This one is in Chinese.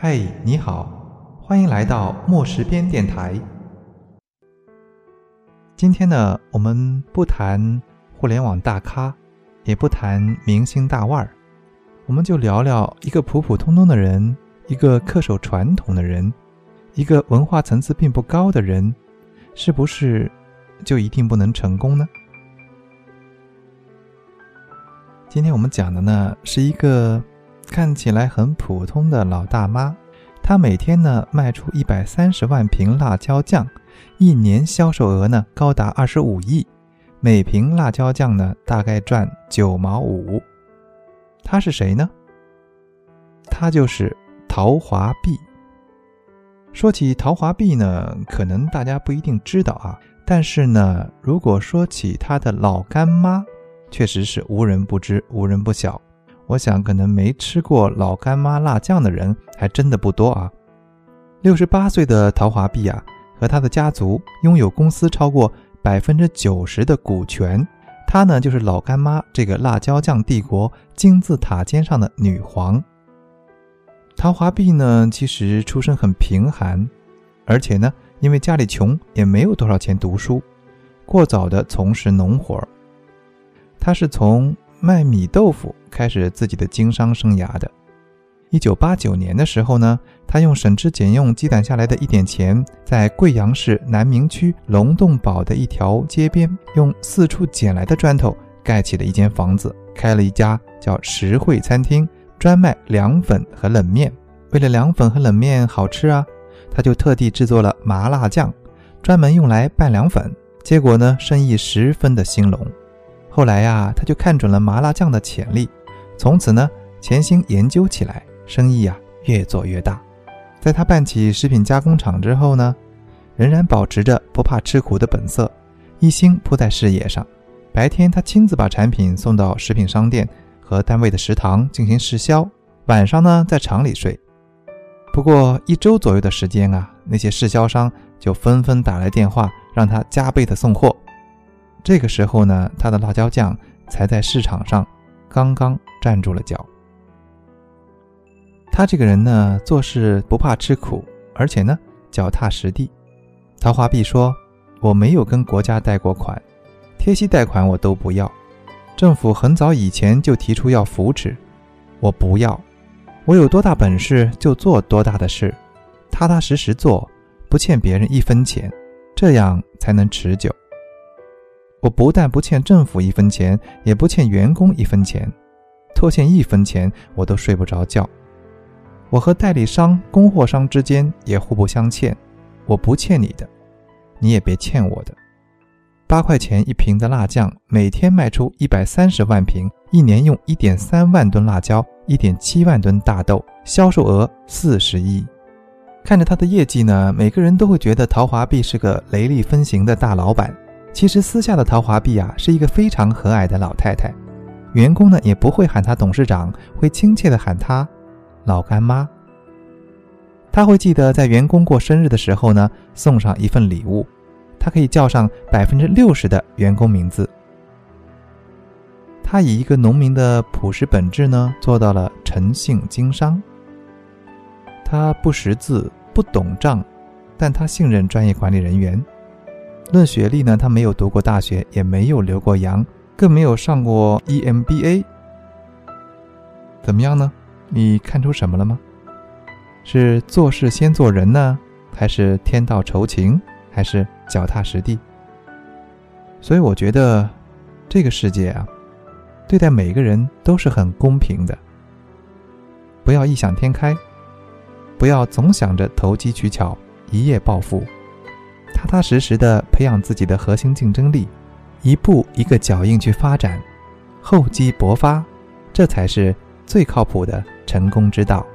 嘿，你好，欢迎来到末时编电台。今天呢，我们不谈互联网大咖，也不谈明星大腕儿，我们就聊聊一个普普通通的人，一个恪守传统的人，一个文化层次并不高的人，是不是就一定不能成功呢？今天我们讲的呢，是一个看起来很普通的老大妈，她每天呢卖出130万瓶辣椒酱，一年销售额呢高达25亿，每瓶辣椒酱呢大概赚9毛5。她是谁呢？她就是陶华碧。说起陶华碧呢，可能大家不一定知道啊，但是呢，如果说起她的老干妈，确实是无人不知，无人不晓。我想可能没吃过老干妈辣酱的人还真的不多啊。68岁的陶华碧啊，和他的家族拥有公司超过 90% 的股权，她呢就是老干妈这个辣椒酱帝国金字塔尖上的女皇。陶华碧呢其实出身很贫寒，而且呢因为家里穷，也没有多少钱读书，过早的从事农活。她是从卖米豆腐开始自己的经商生涯的。1989年的时候呢，他用省吃俭用积攒下来的一点钱，在贵阳市南明区龙洞堡的一条街边，用四处捡来的砖头盖起了一间房子，开了一家叫实惠餐厅，专卖凉粉和冷面。为了凉粉和冷面好吃啊，他就特地制作了麻辣酱，专门用来拌凉粉。结果呢，生意十分的兴隆。后来呀，他就看准了麻辣酱的潜力，从此呢潜心研究起来，生意啊越做越大。在他办起食品加工厂之后呢，仍然保持着不怕吃苦的本色，一心扑在事业上。白天他亲自把产品送到食品商店和单位的食堂进行试销，晚上呢在厂里睡。不过1周左右的时间啊，那些试销商就纷纷打来电话，让他加倍的送货。这个时候呢，他的辣椒酱才在市场上刚刚站住了脚。他这个人呢，做事不怕吃苦，而且呢脚踏实地。陶华碧说，我没有跟国家贷过款，贴息贷款我都不要，政府很早以前就提出要扶持，我不要，我有多大本事就做多大的事，踏踏实实做，不欠别人1分钱，这样才能持久。我不但不欠政府1分钱，也不欠员工1分钱，拖欠1分钱我都睡不着觉。我和代理商、供货商之间也互不相欠，我不欠你的，你也别欠我的。8块钱1瓶的辣酱，每天卖出130万瓶，一年用1.3万吨辣椒、1.7万吨大豆，销售额40亿。看着他的业绩呢，每个人都会觉得陶华碧是个雷厉风行的大老板。其实私下的陶华碧啊，是一个非常和蔼的老太太，员工呢也不会喊她董事长，会亲切地喊她老干妈。她会记得在员工过生日的时候呢，送上一份礼物，她可以叫上 60% 的员工名字。她以一个农民的朴实本质呢，做到了诚信经商。她不识字，不懂账，但她信任专业管理人员。论学历呢，他没有读过大学，也没有留过洋，更没有上过 EMBA。 怎么样呢？你看出什么了吗？是做事先做人呢，还是天道酬勤，还是脚踏实地？所以我觉得这个世界啊，对待每个人都是很公平的。不要异想天开，不要总想着投机取巧，一夜暴富，踏踏实实地培养自己的核心竞争力，一步一个脚印去发展，厚积薄发，这才是最靠谱的成功之道。